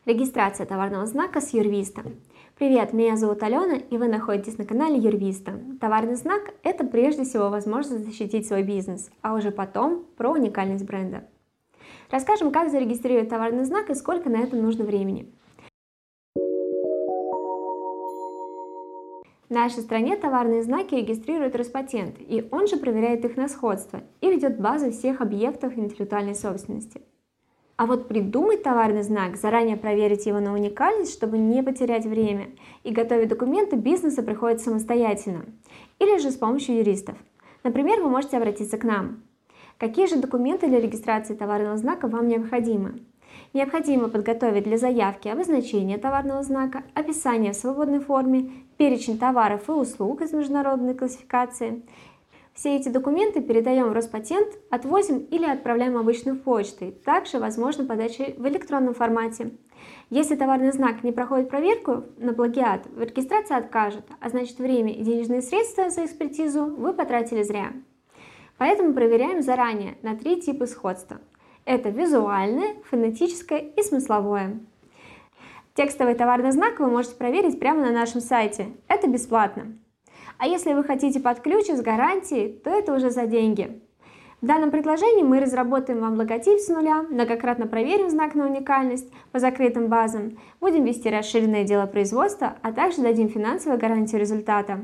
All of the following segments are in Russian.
Регистрация товарного знака с Юрвиста. Привет, меня зовут Алена, и вы находитесь на канале Юрвиста. Товарный знак – это прежде всего возможность защитить свой бизнес, а уже потом про уникальность бренда. Расскажем, как зарегистрировать товарный знак и сколько на это нужно времени. В нашей стране товарные знаки регистрирует Роспатент, и он же проверяет их на сходство и ведет базы всех объектов интеллектуальной собственности. А вот придумать товарный знак, заранее проверить его на уникальность, чтобы не потерять время, и готовить документы бизнеса приходится самостоятельно, или же с помощью юристов. Например, вы можете обратиться к нам. Какие же документы для регистрации товарного знака вам необходимы? Необходимо подготовить для заявки обозначение товарного знака, описание в свободной форме, перечень товаров и услуг из международной классификации. Все эти документы передаем в Роспатент, отвозим или отправляем обычной почтой. Также возможна подача в электронном формате. Если товарный знак не проходит проверку на плагиат, регистрация откажет, а значит время и денежные средства за экспертизу вы потратили зря. Поэтому проверяем заранее на 3 типа сходства. Это визуальное, фонетическое и смысловое. Текстовый товарный знак вы можете проверить прямо на нашем сайте. Это бесплатно. А если вы хотите под ключ с гарантией, то это уже за деньги. В данном предложении мы разработаем вам логотип с нуля, многократно проверим знак на уникальность по закрытым базам, будем вести расширенное дело производства, а также дадим финансовую гарантию результата.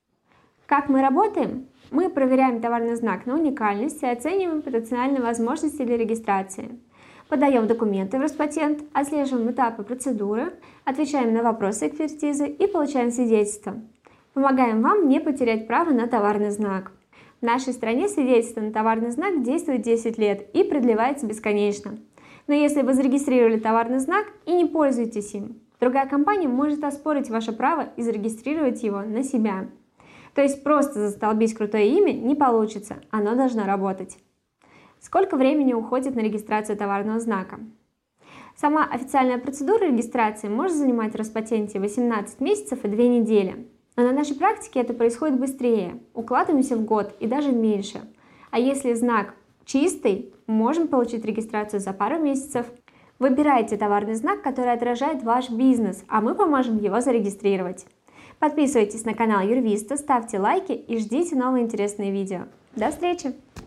Как мы работаем? Мы проверяем товарный знак на уникальность и оцениваем потенциальные возможности для регистрации. Подаем документы в Роспатент, отслеживаем этапы процедуры, отвечаем на вопросы экспертизы и получаем свидетельство. Помогаем вам не потерять право на товарный знак. В нашей стране свидетельство на товарный знак действует 10 лет и продлевается бесконечно. Но если вы зарегистрировали товарный знак и не пользуетесь им, другая компания может оспорить ваше право и зарегистрировать его на себя. То есть просто застолбить крутое имя не получится, оно должно работать. Сколько времени уходит на регистрацию товарного знака? Сама официальная процедура регистрации может занимать в Роспатенте 18 месяцев и 2 недели. Но на нашей практике это происходит быстрее, укладываемся в год и даже меньше. А если знак чистый, можем получить регистрацию за пару месяцев. Выбирайте товарный знак, который отражает ваш бизнес, а мы поможем его зарегистрировать. Подписывайтесь на канал Юрвиста, ставьте лайки и ждите новые интересные видео. До встречи!